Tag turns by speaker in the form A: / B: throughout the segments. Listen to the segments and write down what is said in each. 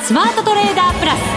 A: スマートトレーダープラス。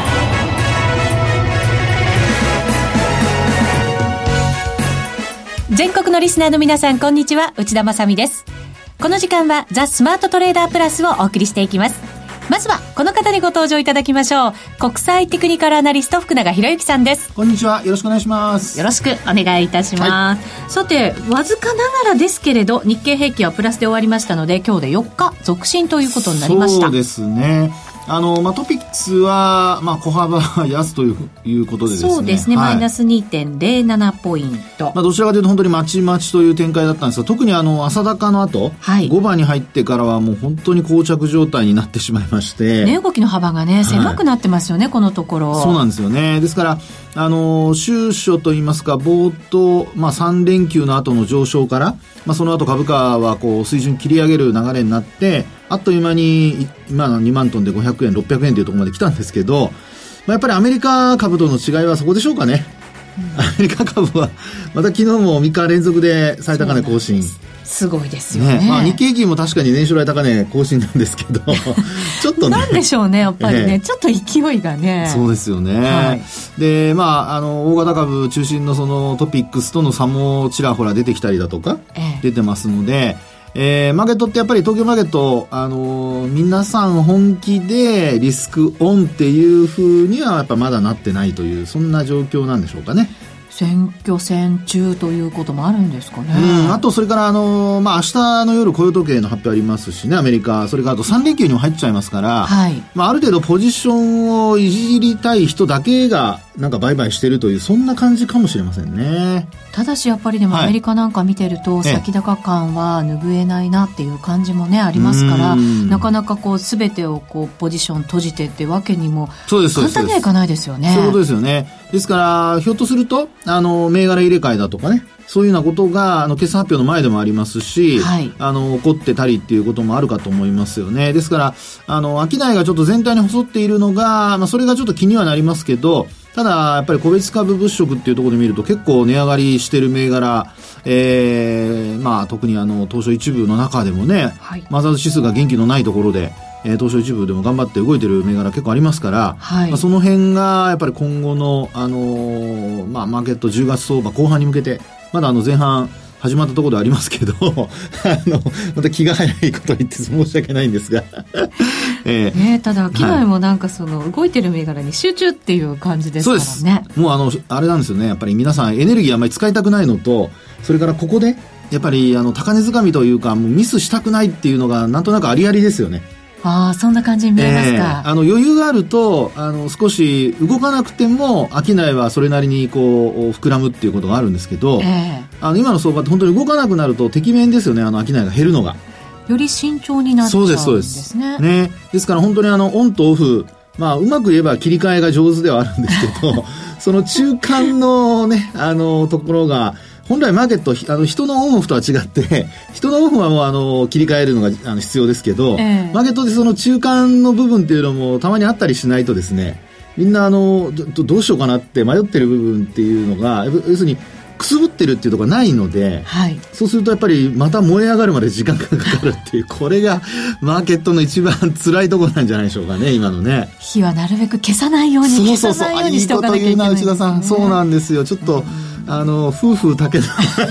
A: 全国のリスナーの皆さん、こんにちは、内田まさみです。この時間はザ・スマートトレーダープラスをお送りしていきます。まずはこの方にご登場いただきましょう。国際テクニカルアナリスト福永博之さんです。
B: こんにちは、よろしくお願いします。
A: よろしくお願いいたします、はい、さて、わずかながらですけれど日経平均はプラスで終わりましたので、今日で4日続伸ということになりました。
B: そうですね。トピックスは、小幅安ということでですね。
A: そうですね、はい、マイナス 2.07 ポイント。
B: どちらかというと本当にまちまちという展開だったんですが、特に朝高の後、はい、5番に入ってからはもう本当に膠着状態になってしまいまして。
A: 値動きの幅がね、狭くなってますよね、はい、このところ。
B: そうなんですよね。ですから、週初といいますか、冒頭、3連休の後の上昇から、その後株価はこう水準切り上げる流れになって、あっという間に今の2万トンで500円600円というところまで来たんですけど、やっぱりアメリカ株との違いはそこでしょうかね、アメリカ株はまた昨日も3日連続で最高値更新。
A: すごいですよね。
B: 日経平均も確かに年初来高値更新なんですけどちょっとね、
A: なんでしょうね、やっぱりね、ちょっと勢いがね。
B: そうですよね、はい、で大型株中心のそのトピックスとの差もちらほら出てきたりだとか、出てますので、マーケットってやっぱり東京マーケット、皆さん本気でリスクオンっていう風にはやっぱまだなってないという、そんな状況なんでしょうかね。
A: 選挙戦中ということもあるんですかね。
B: あとそれから明日の夜雇用統計の発表ありますしね、アメリカ。それからあと3連休にも入っちゃいますから、はい、ある程度ポジションをいじりたい人だけがなんか売買してるという、そんな感じかもしれませんね。
A: ただしやっぱりでもアメリカなんか見てると、先高感は拭えないなっていう感じもねありますから、なかなかこう全てをこうポジション閉じてってわけにも簡単にはいかないですよね。
B: そういうことですよね。ですからひょっとすると銘柄入れ替えだとかね、そういうようなことが決算発表の前でもありますし、はい、起こってたりっていうこともあるかと思いますよね。ですから商いがちょっと全体に細っているのが、それがちょっと気にはなりますけど、ただやっぱり個別株物色っていうところで見ると結構値上がりしてる銘柄、特に東証一部の中でもね、はい、マザーズ指数が元気のないところで東証一部でも頑張って動いてる銘柄結構ありますから、はい、その辺がやっぱり今後の、マーケット10月相場後半に向けて、まだ前半始まったところではありますけどまた気が早いことを言って申し訳ないんですが
A: ただ商いもなんかその動いてる銘柄に集中っていう感じですからね。
B: そうです。もうあれなんですよね、やっぱり皆さんエネルギーあんまり使いたくないのと、それからここでやっぱり高値掴みというか、もうミスしたくないっていうのがなんとなくありありですよね。
A: そんな感じに見えますか。
B: 余裕があると少し動かなくても商いはそれなりにこう膨らむっていうことがあるんですけど、今の相場って本当に動かなくなるとてきめんですよね。商いが減るのが
A: より慎重になっちゃうんですね。
B: ですから本当にオンとオフ、うまく言えば切り替えが上手ではあるんですけどその中間のねところが本来マーケット人のオンオフとは違って人のオフはもう切り替えるのが必要ですけど、マーケットでその中間の部分っていうのもたまにあったりしないとですね、みんなどうしようかなって迷ってる部分っていうのが要するにくすぶってるっていうところがないので、はい、そうするとやっぱりまた燃え上がるまで時間がかかるっていう、これがマーケットの一番辛いところなんじゃないでしょうかね、今のね。
A: 火はなるべく消さないようにしておかなきゃいけないですね。
B: いいこと言うな内田さん。そうなんですよ。ちょっと夫婦竹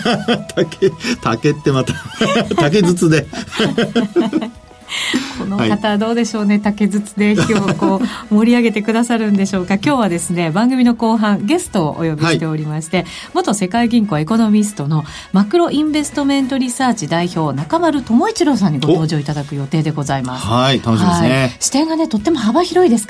B: ってまた竹筒で
A: この方はどうでしょうね、竹筒で火をこう盛り上げてくださるんでしょうか。今日はですね、番組の後半ゲストをお呼びしておりまして、元世界銀行エコノミストのマクロインベストメントリサーチ代表中丸智一郎さんにご登場いただく予定でございます。
B: はい、楽しみですね。
A: 視点がねとっても幅広いですから、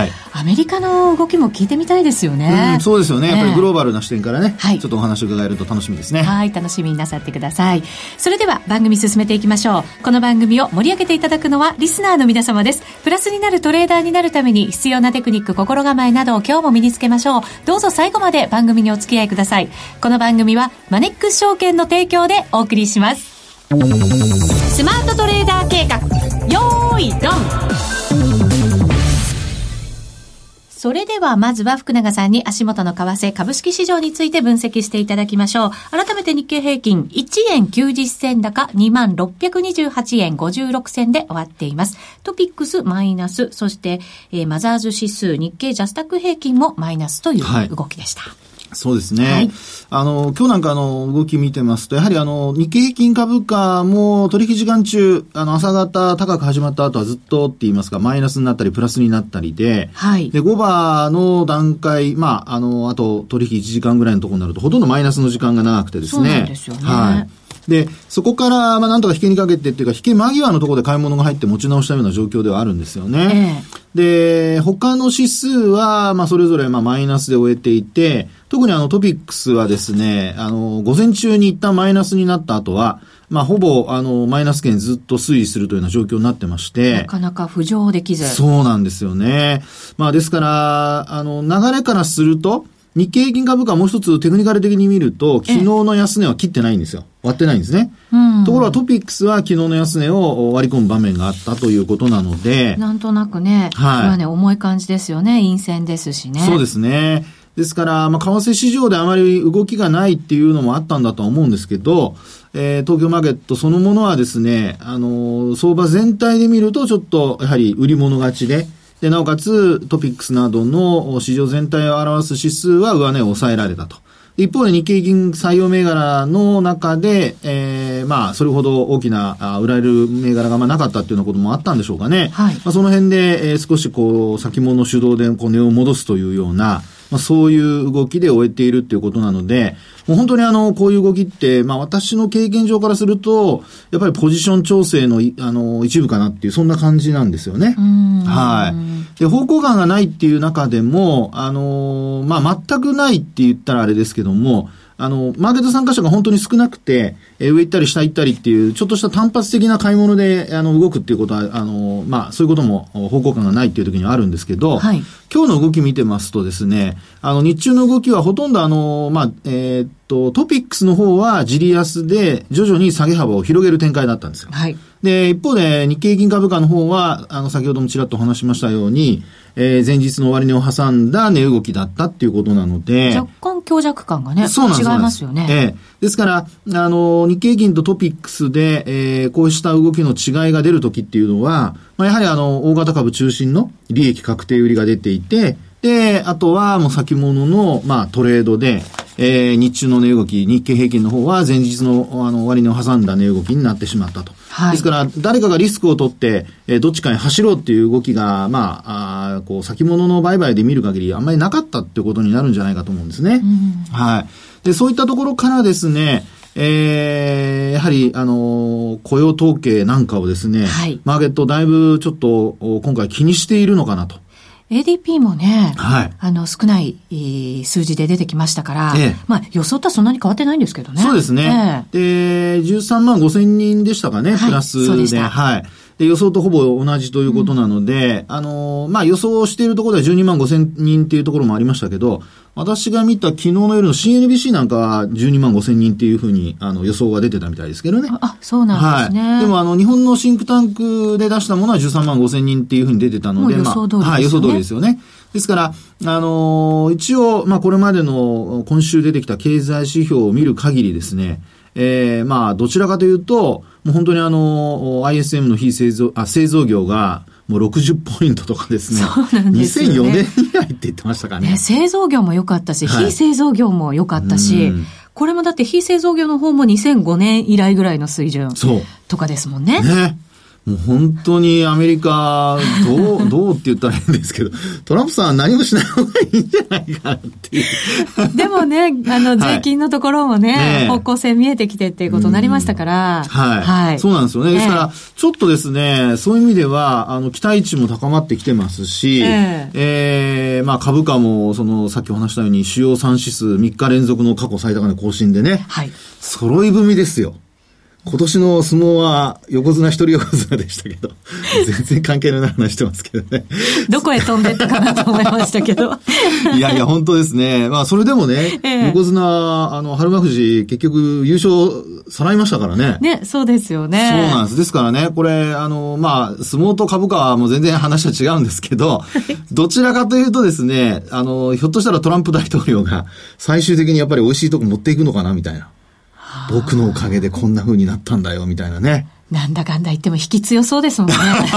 A: アメリカの動きも聞いてみたいですよね。
B: そうですよね。やっぱりグローバルな視点からね、ちょっとお話を伺えると楽しみですね。
A: はい、楽しみになさってください。それでは番組進めていきましょう。この番組を盛り上げていただくのはリスナーの皆様です。プラスになるトレーダーになるために必要なテクニック、心構えなどを今日も身につけましょう。どうぞ最後まで番組にお付き合いください。この番組はマネックス証券の提供でお送りします。スマートトレーダー計画、よーいドン。 それではまずは福永さんに足元の為替株式市場について分析していただきましょう。改めて日経平均1円90銭高 2628円56銭で終わっています。トピックスマイナス、そして、マザーズ指数日経ジャスタック平均もマイナスという動きでした。
B: そうですね。はい、今日なんか動き見てますと、やはり日経平均株価も取引時間中、朝方高く始まった後はずっとって言いますか、マイナスになったりプラスになったりで、
A: はい。
B: で、5番の段階、あと取引1時間ぐらいのところになると、ほとんどマイナスの時間が長くてですね。
A: そうなんですよね。
B: はい。で、そこから、なんとか引けにかけてっていうか、引け間際のところで買い物が入って持ち直したような状況ではあるんですよね。で、他の指数は、それぞれ、マイナスで終えていて、特にトピックスはですね、午前中に一旦マイナスになった後は、ほぼ、マイナス圏ずっと推移するというような状況になってまして。
A: なかなか浮上できず。
B: そうなんですよね。ですから、流れからすると、日経平均株価もう一つテクニカル的に見ると、昨日の安値は切ってないんですよ。割ってないんですね。ところがトピックスは昨日の安値を割り込む場面があったということなので。
A: なんとなくね、はい。重い感じですよね。陰線ですしね。
B: そうですね。ですから、為替市場であまり動きがないっていうのもあったんだとは思うんですけど、東京マーケットそのものはですね、相場全体で見るとちょっとやはり売り物勝ちで、なおかつトピックスなどの市場全体を表す指数は上値を抑えられたと。一方で日経平均採用銘柄の中で、それほど大きな売られる銘柄がなかったっていうようなこともあったんでしょうかね。
A: はい。
B: その辺で、少し先物主導で値を戻すというような、そういう動きで終えているっていうことなので、もう本当にこういう動きって、私の経験上からすると、やっぱりポジション調整の、一部かなっていう、そんな感じなんですよね。はい。で、方向感がないっていう中でも、全くないって言ったらあれですけども、マーケット参加者が本当に少なくて、上行ったり下行ったりっていう、ちょっとした単発的な買い物で、動くっていうことは、そういうことも方向感がないっていう時にはあるんですけど、はい、今日の動き見てますとですね、日中の動きはほとんどトピックスの方はジリ安で徐々に下げ幅を広げる展開だったんですよ。
A: はい。
B: で、一方で日経平均株価の方は、先ほどもちらっと話しましたように、前日の終値を挟んだ値動きだったっていうことなので。
A: 若干強弱感がね、
B: そうなんです。
A: 違いますよね。
B: ですから、日経平均とトピックスで、こうした動きの違いが出るときっていうのは、やはり大型株中心の利益確定売りが出ていて、で、あとはもう先物の、トレードで、日中の値動き、日経平均の方は前日の終値を挟んだ値動きになってしまったと。はい、ですから、誰かがリスクを取って、どっちかに走ろうっていう動きが、先物の売買で見る限りあんまりなかったっていうことになるんじゃないかと思うんですね。はい。で、そういったところからですね、やはり、雇用統計なんかをですね、はい、マーケットだいぶちょっと今回気にしているのかなと。
A: ADP もね、
B: はい、
A: 少ない数字で出てきましたから、予想とはそんなに変わってないんですけどね。
B: そうですね。で、13万5千人でしたかね、プラスで。
A: そうでした。
B: はい。で、予想とほぼ同じということなので、予想しているところでは12万5千人っていうところもありましたけど、私が見た昨日の夜の CNBC なんかは12万5千人っていうふうに予想が出てたみたいですけどね。
A: そうなんですね。
B: はい。でも日本のシンクタンクで出したものは13万5千人っていうふうに出てたので、
A: 予想通りですよね。
B: はい、予想通りですよね。ですから、一応、これまでの今週出てきた経済指標を見る限りですね、どちらかというと、もう本当にISM の製造業が、もう60ポイントとかですね。
A: そうなんですよね。
B: 2004年以来って言ってましたかね。
A: 製造業も良かったし、非製造業も良かったし、これもだって非製造業の方も2005年以来ぐらいの水準とかですもんね。
B: ね。もう本当にアメリカ、どうって言ったらいいんですけど、トランプさんは何もしない方がいいんじゃないかなっていう。
A: でもね、税金のところもね、方向性見えてきてっていうことになりましたから。
B: はい。そうなんですよね。ですから、ちょっとですね、そういう意味では、期待値も高まってきてますし、株価も、さっきお話したように、主要3指数3日連続の過去最高値更新でね、はい。揃い踏みですよ。 今年の相撲は横綱一人横綱でしたけど、全然関係のない話してますけどね。
A: どこへ飛んでったかなと思いましたけど。
B: いやいや、本当ですね。まあ、それでもね、横綱、春馬富士、結局優勝さらいましたからね。
A: ね、そうですよね。
B: そうなんです。ですからね、これ、まあ、相撲と株価はもう全然話は違うんですけど、どちらかというとですね、ひょっとしたらトランプ大統領が最終的にやっぱり美味しいとこ持っていくのかな、みたいな。僕のおかげでこんな風になったんだよみたいなね。
A: なんだかんだ言っても引き強そうですもんね。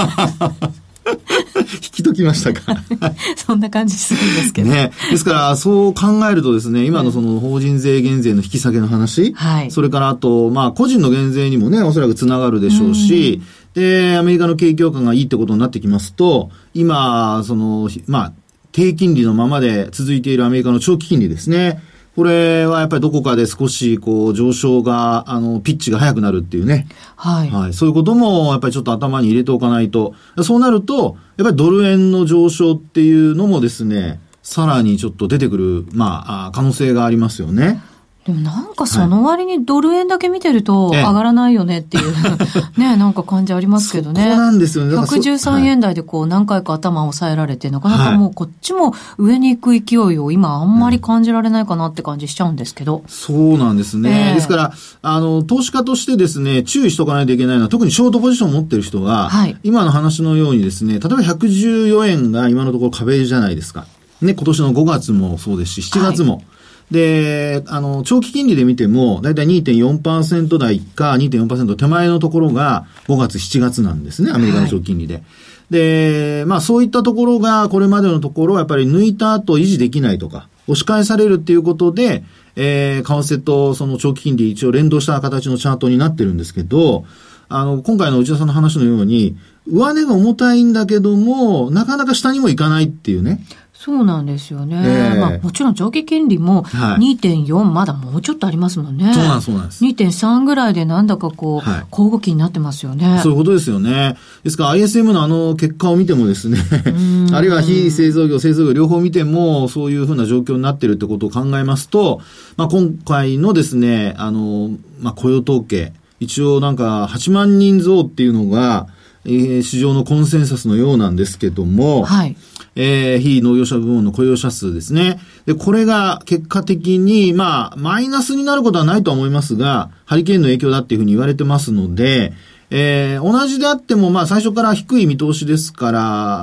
B: 引き解きましたか。
A: そんな感じするんですけど
B: ね。ですからそう考えるとですね、今のその法人税減税の引き下げの話、はい、それからあとまあ個人の減税にもねおそらくつながるでしょうし、でアメリカの景況感がいいってことになってきますと、今そのまあ低金利のままで続いているアメリカの長期金利ですね。これはやっぱりどこかで少しこう上昇がピッチが速くなるっていうね、はいはい、そういうこともやっぱりちょっと頭に入れておかないと、そうなるとやっぱりドル円の上昇っていうのもですね、さらにちょっと出てくるまあ可能性がありますよね。
A: でもなんかその割にドル円だけ見てると上がらないよねっていう、ね、なんか感じありますけどね。
B: そうなんですよね。
A: 113円台でこう何回か頭を押さえられて、なかなかもうこっちも上に行く勢いを今あんまり感じられないかなって感じしちゃうんですけど。
B: そうなんですね。ですから、投資家としてですね、注意しとかないといけないのは、特にショートポジションを持ってる人は、はい、今の話のようにですね、例えば114円が今のところ壁じゃないですか。ね、今年の5月もそうですし、7月も。はいで、長期金利で見ても、だいたい 2.4% 台か 2.4% 手前のところが5月、7月なんですね、アメリカの長期金利で。はい、で、まあそういったところがこれまでのところやっぱり抜いた後維持できないとか、押し返されるっていうことで、為替とその長期金利一応連動した形のチャートになってるんですけど、今回の内田さんの話のように、上値が重たいんだけども、なかなか下にも行かないっていうね。そう
A: なんですよね。まあもちろん長期金利も 2.4、まだもうちょっとありますもんね。
B: そうなんです。
A: 2.3 ぐらいでなんだかこう、小動きになってますよね。
B: そういうことですよね。ですから ISM の結果を見てもですね、あるいは非製造業、製造業両方見てもそういうふうな状況になっているってことを考えますと、まあ今回のですね、まあ雇用統計、一応なんか8万人増っていうのが、市場のコンセンサスのようなんですけども、はい。非農業者部門の雇用者数ですね。で、これが結果的に、まあ、マイナスになることはないとは思いますが、ハリケーンの影響だっていうふうに言われてますので、同じであっても、まあ、最初から低い見通しですから、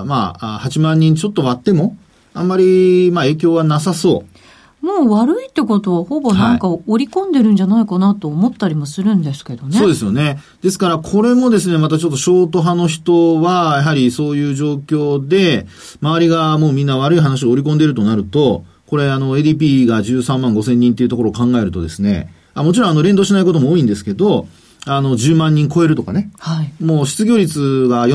B: まあ、8万人ちょっと割っても、あんまり、まあ、影響はなさそう。
A: もう悪いってことはほぼなんか織り込んでるんじゃないかなと思ったりもするんですけどね。
B: そうですよね。ですからこれもですね、またちょっとショート派の人はやはりそういう状況で周りがもうみんな悪い話を織り込んでいるとなると、これADP が13万5千人っていうところを考えるとですね、もちろん連動しないことも多いんですけど、10万人超えるとかね。はい。もう失業率が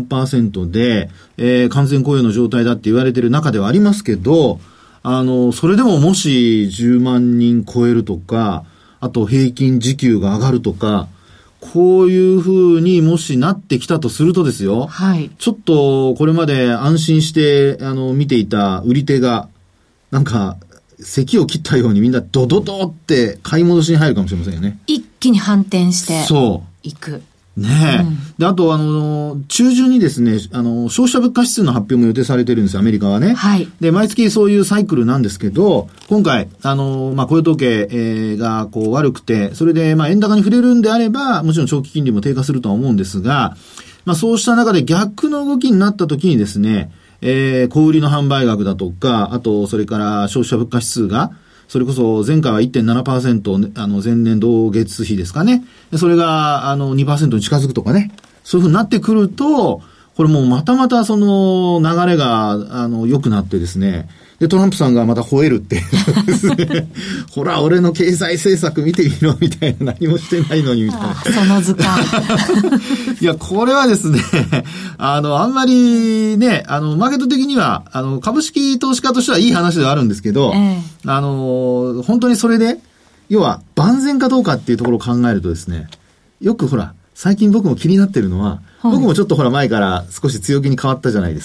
B: 4.4% で、完全雇用の状態だって言われている中ではありますけど、それでももし10万人超えるとか、あと平均時給が上がるとか、こういう風にもしなってきたとするとですよ。はい。ちょっとこれまで安心して見ていた売り手がなんか咳を切ったようにみんなドドドって買い戻しに入るかもしれませんよね。
A: 一気に反転していく。
B: ねえ、で、あと中旬にですね、消費者物価指数の発表も予定されてるんですよ、アメリカはね。はい。で、毎月そういうサイクルなんですけど、今回、まあ、雇用統計、がこう悪くて、それで、まあ、円高に触れるんであれば、もちろん長期金利も低下するとは思うんですが、まあ、そうした中で逆の動きになった時にですね、小売りの販売額だとか、あと、それから消費者物価指数が、それこそ前回は 1.7%、前年同月比ですかね。それが2% に近づくとかね。そういう風になってくると、これもうまたまたその流れが良くなってですね。で、トランプさんがまた吠えるってですね。ほら、俺の経済政策見てみろみたいな、何もしてないのにみたいな。
A: その図鑑。
B: いや、これはですね、あんまりね、マーケット的には、株式投資家としてはいい話ではあるんですけど、本当にそれで、要は万全かどうかっていうところを考えるとですね、よくほら、最近僕も気になってるのは、僕もちょっとほら前から少し強気に変わったじゃないですか。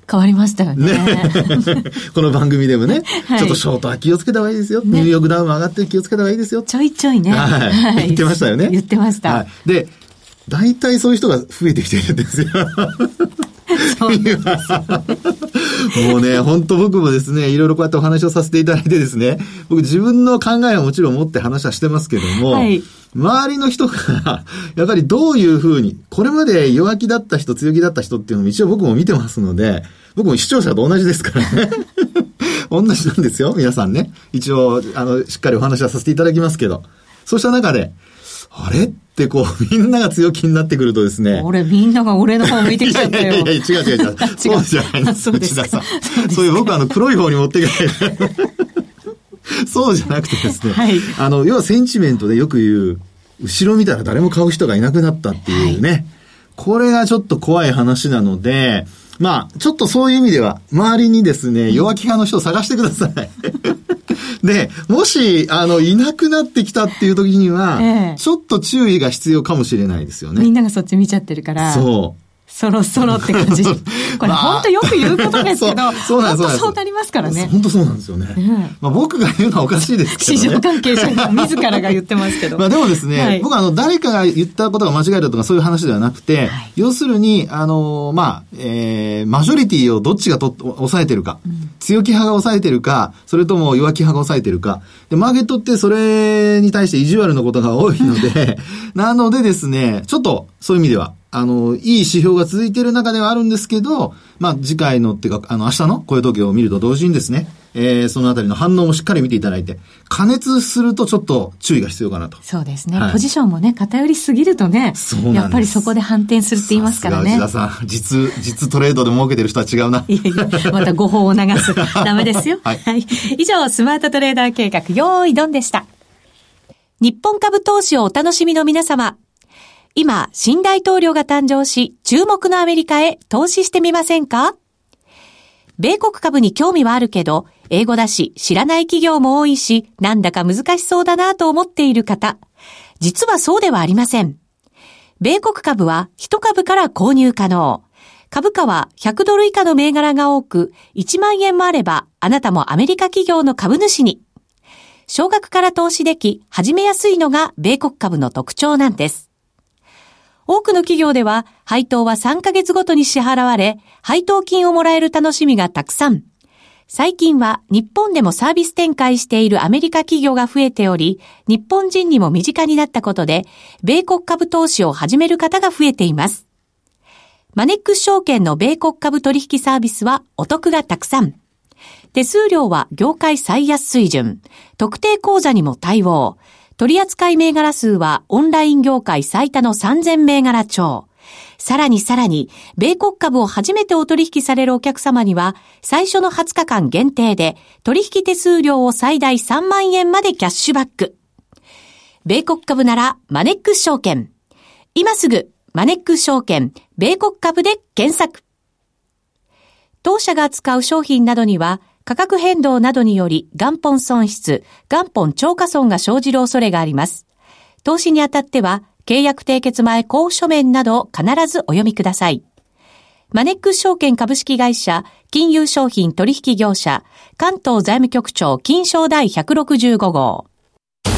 A: 変わりましたよね。
B: この番組でもね、
A: はい、
B: ちょっとショートは気をつけた方がいいですよ。ニューヨークダウンも上がって気をつけた方がいいですよ。
A: ちょいちょいね。
B: はい。言ってましたよね。
A: 言ってました。
B: はい。で、大体そういう人が増えてきてるんですよ。
A: そうなんですよね。
B: もうね、本当僕もですね、いろいろこうやってお話をさせていただいてですね、僕自分の考えはもちろん持って話はしてますけども、はい、周りの人が、やっぱりどういうふうに、これまで弱気だった人、強気だった人っていうのも一応僕も見てますので、僕も視聴者と同じですからね。同じなんですよ、皆さんね。一応、しっかりお話はさせていただきますけど。そうした中で、あれってこう、みんなが強気になってくるとですね。
A: みんなが俺の方向いてきちゃったよ。
B: いや違う。そうじゃないんです。内田さん。そういう僕黒い方に持っていけない。そうじゃなくてですね。はい、要はセンチメントでよく言う、後ろ見たら誰も買う人がいなくなったっていうね。はい、これがちょっと怖い話なので、まあ、ちょっとそういう意味では、周りにですね、弱気派の人を探してください。で、もし、いなくなってきたっていう時には、ちょっと注意が必要かもしれないですよね。
A: みんながそっち見ちゃってるから。そう。そろそろって感じ。これ本当よく言うことですけど、そうなんです。そうなりますからね。
B: 本当そうなんですよね。まあ僕が言うのはおかしいですけどね。
A: 市場関係者が自らが言ってますけど。
B: まあでもですね、はい、僕は誰かが言ったことが間違いだとかそういう話ではなくて、はい、要するに、マジョリティをどっちが抑えてるか、強気派が抑えてるか、それとも弱気派が抑えてるか。で、マーケットってそれに対して意地悪なことが多いので、なのでですね、ちょっとそういう意味では、いい指標が続いている中ではあるんですけど、まあ、次回のっていうか、明日の雇用統計を見ると同時にですね、そのあたりの反応もしっかり見ていただいて、加熱するとちょっと注意が必要かなと。
A: そうですね。はい、ポジションもね、偏りすぎるとね、やっぱりそこで反転するって言いますからね。
B: 内田さん、実トレードで儲けてる人は違うな。
A: いや、また誤報を流す。ダメですよ。はい。以上、スマートトレーダー計画、用意ドンでした。日本株投資をお楽しみの皆様。今、新大統領が誕生し、注目のアメリカへ投資してみませんか？米国株に興味はあるけど、英語だし、知らない企業も多いし、なんだか難しそうだなと思っている方。実はそうではありません。米国株は1株から購入可能。株価は100ドル以下の銘柄が多く、1万円もあれば、あなたもアメリカ企業の株主に。少額から投資でき、始めやすいのが米国株の特徴なんです。多くの企業では配当は3ヶ月ごとに支払われ、配当金をもらえる楽しみがたくさん。最近は日本でもサービス展開しているアメリカ企業が増えており、日本人にも身近になったことで、米国株投資を始める方が増えています。マネックス証券の米国株取引サービスはお得がたくさん。手数料は業界最安水準。特定口座にも対応。取扱銘柄数はオンライン業界最多の3000銘柄超。さらに、米国株を初めてお取引されるお客様には、最初の20日間限定で、取引手数料を最大3万円までキャッシュバック。米国株なら、マネックス証券。今すぐ、マネックス証券、米国株で検索。当社が扱う商品などには、価格変動などにより元本損失、元本超過損が生じる恐れがあります。投資にあたっては、契約締結前交付書面などを必ずお読みください。マネックス証券株式会社、金融商品取引業者、関東財務局長金商第165号。ザ・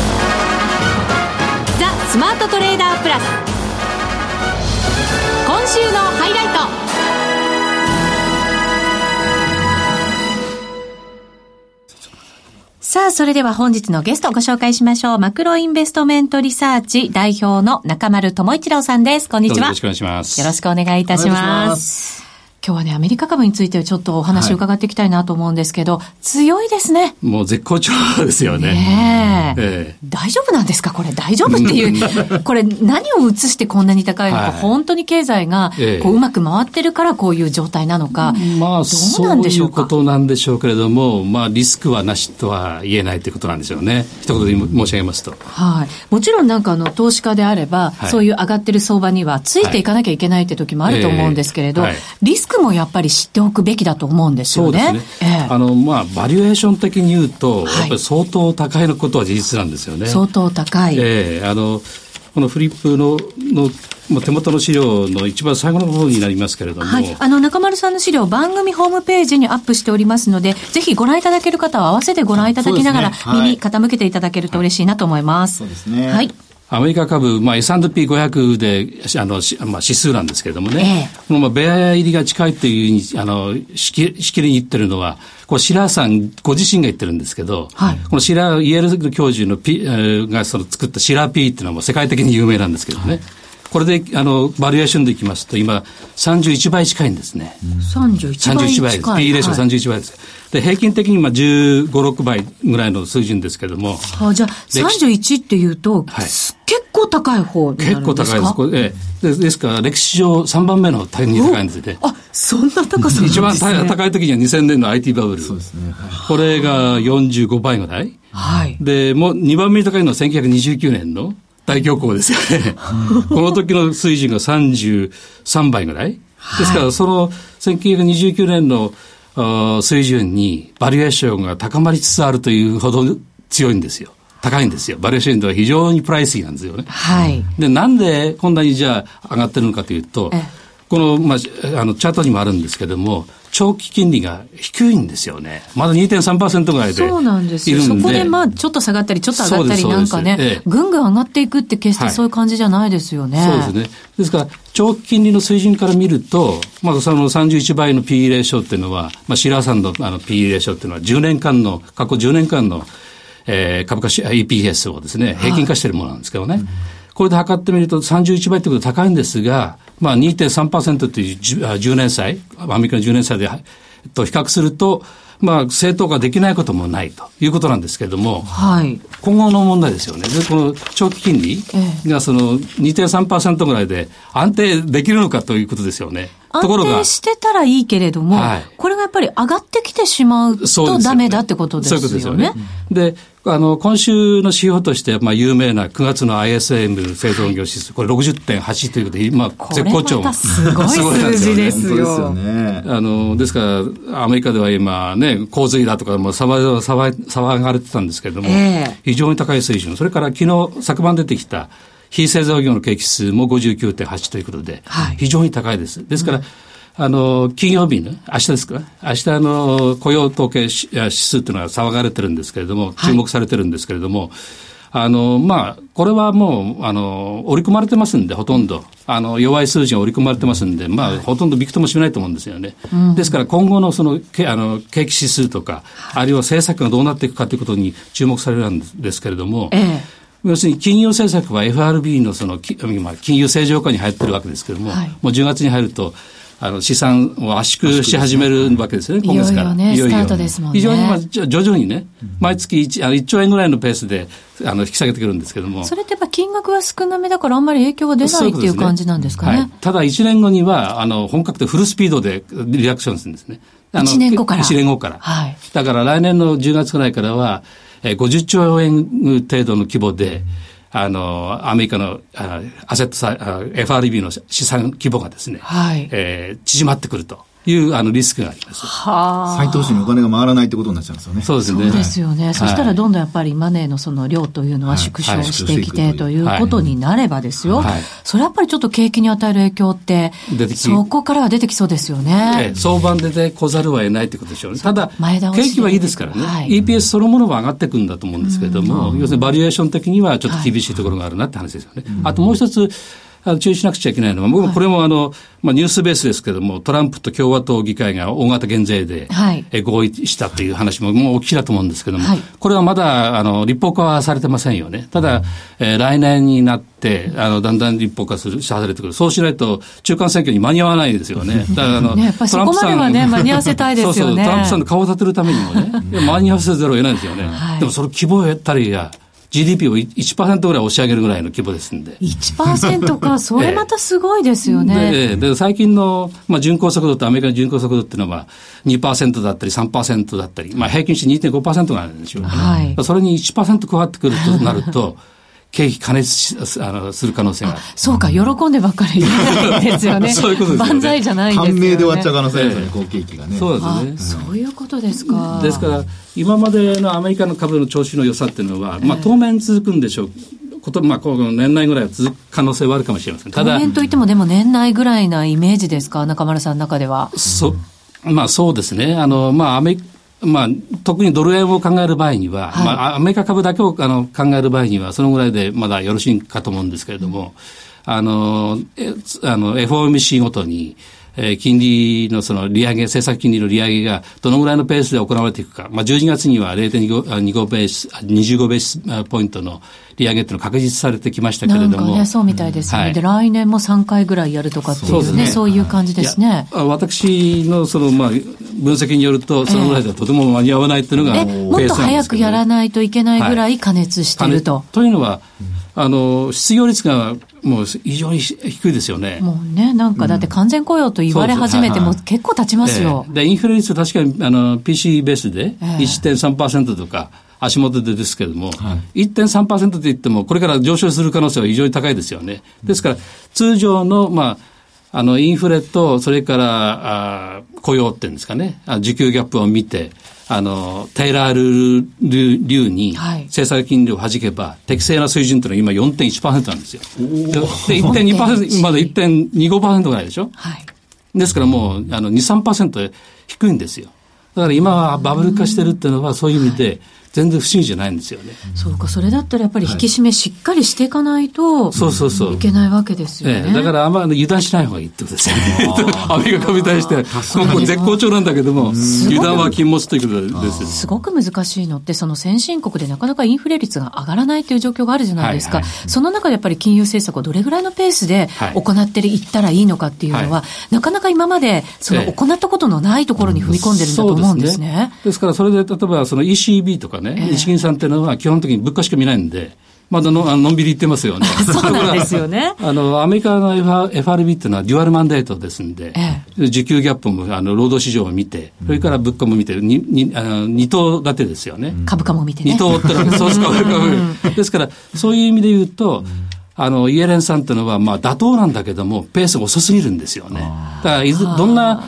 A: スマートトレーダープラス。今週のハイライト。さあ、それでは本日のゲストをご紹介しましょう。マクロインベストメントリサーチ代表の中丸智一郎さんです。こんにちは。
C: よろしくお願いします。
A: よろしくお願いいたします。今日はね、アメリカ株についてちょっとお話を伺っていきたいなと思うんですけど、強いですね。
C: もう絶好調ですよね。
A: ねえ。大丈夫なんですかこれ大丈夫っていう。これ何を移してこんなに高いのか、本当に経済がこううまく回ってるからこういう状態なのか。
C: まあ、そういうことなんでしょうけれども、まあ、リスクはなしとは言えないということなんでしょうね。一言で申し上げますと。
A: はい。もちろんなんか投資家であれば、そういう上がってる相場にはついていかなきゃいけないって時もあると思うんですけれど、リスクもやっぱり知っておくべきだと思うんですよね。
C: そうですね。まあ、バリエーション的に言うと、やっぱり相当高いのことは事実なんですよね。
A: 相当高い。
C: このフリップのもう手元の資料の一番最後の方になりますけれども、
A: はい、中丸さんの資料番組ホームページにアップしておりますので、ぜひご覧いただける方は合わせてご覧いただきながら、耳傾けていただけると嬉しいなと思います。
B: そうですね。
A: はい。
C: アメリカ株、S&P500 で指数なんですけれどもね、この米入りが近いというしきりに言ってるのは、これシラーさんご自身が言ってるんですけど、はい、このイェール教授のが作ったシラー P っていうのはもう世界的に有名なんですけどね、はい、これでバリエーションでいきますと今31倍近いんですね。31倍です。P レーション31倍です。で平均的に15、6倍ぐらいの水準ですけども。
A: じゃあ31っていうと、はい、結構高い方になるんですか？
C: 結構高いです。ですから歴史上3番目の高いんですね。
A: そんな高さなんですね。
C: 一番高い時には2000年の IT バブル。そうですね。これが45倍ぐらい。はい。で、もう2番目に高いのは1929年の大恐慌ですよね。この時の水準が33倍ぐらい。ですからその1929年の水準にバリエーションが高まりつつあるというほど強いんですよ。高いんですよ。バリエーションでは非常にプライシーなんですよね。はい。で、なんでこんなにじゃあ上がってるのかというと、この、チャートにもあるんですけども、長期金利が低いんですよね。まだ 2.3% ぐらいでいるんで。そうなんですよ。
A: そこでちょっと下がったり、ちょっと上がったりなんかね、ぐんぐん上がっていくって決してそういう感じじゃないですよね。
C: そうですね。ですから、長期金利の水準から見ると、その31倍の P レーションっていうのは、シラーさんのP レーションっていうのは過去10年間の、株価EPS をですね、平均化しているものなんですけどね。これで測ってみると31倍ということは高いんですが、2.3% という10年債、アメリカの10年債でと比較すると、正当化できないこともないということなんですけれども、はい、今後の問題ですよね。で、この長期金利がその 2.3% ぐらいで安定できるのかということですよね。
A: 安定してたらいいけれども、はい、これがやっぱり上がってきてしまうとダメだってことですよね。そういうことですよね。
C: で、今週の指標として、有名な9月の ISM 製造業指数、これ 60.8 ということで、絶好調。
A: これまたすごい数字ですよ。本当ですよ
C: ね。ですから、アメリカでは今ね、洪水だとかも騒がれてたんですけれども、非常に高い水準。それから昨晩出てきた非製造業の景気指数も 59.8 ということで、非常に高いです。ですから、金曜日の、明日ですか？明日雇用統計指数というのは騒がれてるんですけれども、注目されてるんですけれども、これはもう、織り込まれてますんで、ほとんど。弱い数字が織り込まれてますんで、ほとんどびくともしないと思うんですよね。ですから、今後の景気指数とか、あるいは政策がどうなっていくかということに注目されるんですけれども、要するに金融政策は FRB の金融正常化に入ってるわけですけれども、もう10月に入ると、資産を圧縮し始めるわけですね、今月から。
A: いよいよスタートですもんね。
C: 非常に徐々にね、毎月1兆円ぐらいのペースで引き下げてくるんですけども。
A: それってやっぱ金額は少なめだからあんまり影響が出ないっていう感じなんですかね。はい、
C: ただ1年後には本格的フルスピードでリアクションするんですね。
A: 1年後から。
C: 1年後から。はい。だから来年の10月ぐらいからは、50兆円程度の規模で、アメリカのアセットFRB の資産規模がですね、はい、縮まってくるというリスクがあります。
B: 再投資にお金が回らないってことになっちゃうんですよね。
C: そうですね。
A: そうですよね。はい、そしたらどんどんやっぱりマネーのその量というのは縮小してきてということになればですよ。はい、それやっぱりちょっと景気に与える影響ってそこからは出てきそうですよね。
C: 相場で出こざるを得ないということでしょうね。ただ景気はいいですからね。はい、EPS そのものは上がっていくんだと思うんですけれども、要するにバリエーション的にはちょっと厳しいところがあるなって話ですよね。あともう一つ注意しなくちゃいけないのは、僕もこれもニュースベースですけれども、トランプと共和党議会が大型減税で、合意したという話ももう大きいだと思うんですけれども、はい、これはまだ立法化はされてませんよね。ただ、来年になってだんだん立法化されてくる。そうしないと中間選挙に間に合わないですよね。だから
A: やっぱりそこまではね間に合わせたいですよね。
C: トランプさんの顔を立てるためにもね間に合わせざるを得ないですよね。はい、でもその規模をやったりGDP を 1% ぐらい押し上げるぐらいの規模ですんで。
A: 1% か、それまたすごいですよね。
C: で最近の、巡航速度ってアメリカの巡航速度っていうのは 2% だったり 3% だったり、平均して 2.5% があるんでしょうね。はい、それに 1% 加わってくるとなると、景気過熱する可能性がある。
A: そうか、喜んでばっかり言えないですよね。
C: そういうことですよね。
A: 万歳じゃないんですよね。
B: 感銘で終わっちゃう可能性ですよね、好景気がね。
C: そうです
A: ね。そういうことですか。
C: ですから、今までのアメリカの株の調子の良さっていうのは、当面続くんでしょう。 この年内ぐらいは続く可能性はあるかもしれません。ただ
A: 当面といってもでも年内ぐらいなイメージですか、中丸さんの中では。
C: そうですね。特にドル円を考える場合には、アメリカ株だけを考える場合にはそのぐらいでまだよろしいかと思うんですけれども、FOMC ごとに金利のその利上げ、政策金利の利上げがどのぐらいのペースで行われていくか。12月には 0.25 ベースポイントの利上げっていうのが確実されてきましたけれども。
A: なんかね、そうみたいですね。で、来年も3回ぐらいやるとかっていうね、そういう感じですね。
C: 私のその、分析によると、そのぐらいではとても間に合わないっていうのが、
A: もっと早くやらないといけないぐらい加熱していると。
C: というのは、失業率がもう非常に低いですよね。
A: もうね、なんかだって完全雇用と言われ始めても結構経ちますよ。
C: で、インフレ率は確かにPC ベースで 1.3% とか足元でですけれども、1.3% といってもこれから上昇する可能性は非常に高いですよね。ですから通常のインフレとそれから雇用っていうんですかね、需給ギャップを見てテイラールー流に政策金利を弾けば、適正な水準というのは今 4.1% なんですよ。で 1.2% まで 1.25% ぐらいでしょ、ですからもう2、3% 低いんですよ。だから今はバブル化してるっていうのはそういう意味で全然不思議じゃないんですよね。
A: そうか、それだったらやっぱり引き締めしっかりしていかないといけないわけですよね。
C: だからあんまり油断しない方がいいってことですよね。アメリカ株に対してここ絶好調なんだけども、油断は禁物ということです。
A: すごく難しいのって、その先進国でなかなかインフレ率が上がらないという状況があるじゃないですか。その中でやっぱり金融政策をどれぐらいのペースで行っていったらいいのかっていうのは、なかなか今までその行ったことのないところに踏み込んでるんだと思うんですね。
C: ですからそれで例えばその ECB とかね、日銀さんっていうのは基本的に物価しか見ないんで、まだのんびり言ってますよね。
A: そうなんですよね。
C: アメリカの FRB っていうのはデュアルマンデートですんで、需給ギャップも労働市場を見て、それから物価も見て、二頭立てですよね。
A: 株価も見てね。
C: 二頭ってのはそうですか。ですからそういう意味で言うと、イエレンさんっていうのは妥当なんだけどもペースが遅すぎるんですよね。だからどんな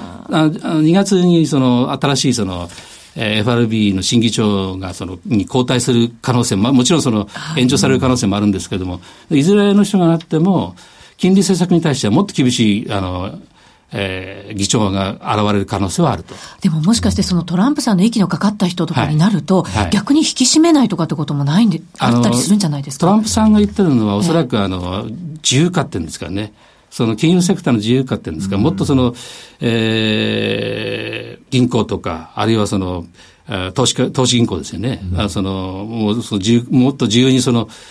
C: 2月にその新しいそのFRB の審議長がに交代する可能性も、もちろん延長される可能性もあるんですけれども、いずれの人がなっても、金利政策に対してはもっと厳しい、議長が現れる可能性はあると。
A: でももしかしてそのトランプさんの息のかかった人とかになると、逆に引き締めないとかってこともないんで、あったりするんじゃないですか。
C: トランプさんが言ってるのはおそらく自由化っていうんですかね。その金融セクターの自由化っていうんですか、もっと銀行とか、あるいは投資銀行ですよね。もっと自由に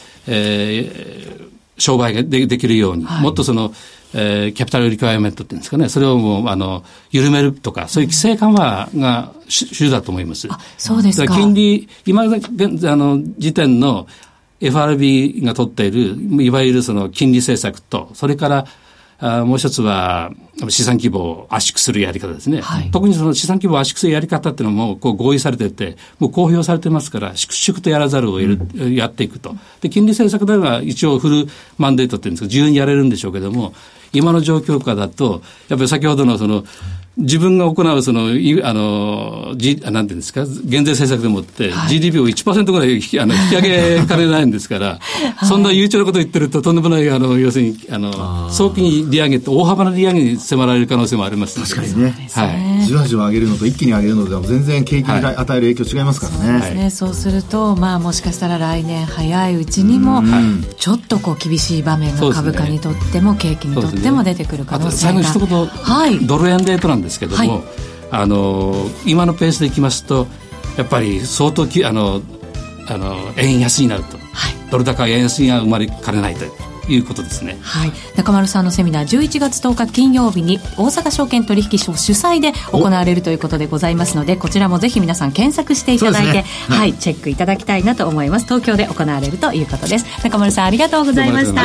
C: 商売ができるように、もっとキャピタルリクワイアメントっていうんですかね、それをもう緩めるとか、そういう規制緩和が主だと思います。
A: そうですか。
C: 金利、今時点の FRB が取っている、いわゆる金利政策と、それからもう一つは資産規模を圧縮するやり方ですね。特に資産規模を圧縮するやり方っていうのも合意されていて、もう公表されてますから、粛々とやらざるをやっていくと。で、金利政策では一応フルマンデートっていうんですか、自由にやれるんでしょうけども、今の状況下だと、やっぱり先ほどの自分が行うなんていうんですか、減税政策でもって、GDP を 1% ぐらい引き上げかねないんですから、そんな悠長なこと言ってるととんでもない、要するに、早期に利上げって大幅な利上げに迫られる可能性もありますので。
B: 確かにね。じわじわ上げるのと一気に上げるのでは全然景気に与える影響違いますからね。
A: そうですね。そうすると、もしかしたら来年早いうちにも、ちょっと厳しい場面が株価にとっても、景気にとっても出てくる可能性が。
C: 最後に一言、ドル円レートなんですけども、今のペースでいきますとやっぱり相当円安になると、ドル高円安が生まれかねないということですね。
A: 中丸さんのセミナー11月10日金曜日に大阪証券取引所主催で行われるということでございますので、こちらもぜひ皆さん検索していただいて、チェックいただきたいなと思います。東京で行われるということです。中丸さんありがとうございました。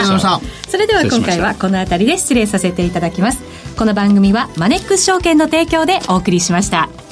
A: それでは今回はこの辺りで失礼させていただきます。この番組はマネックス証券の提供でお送りしました。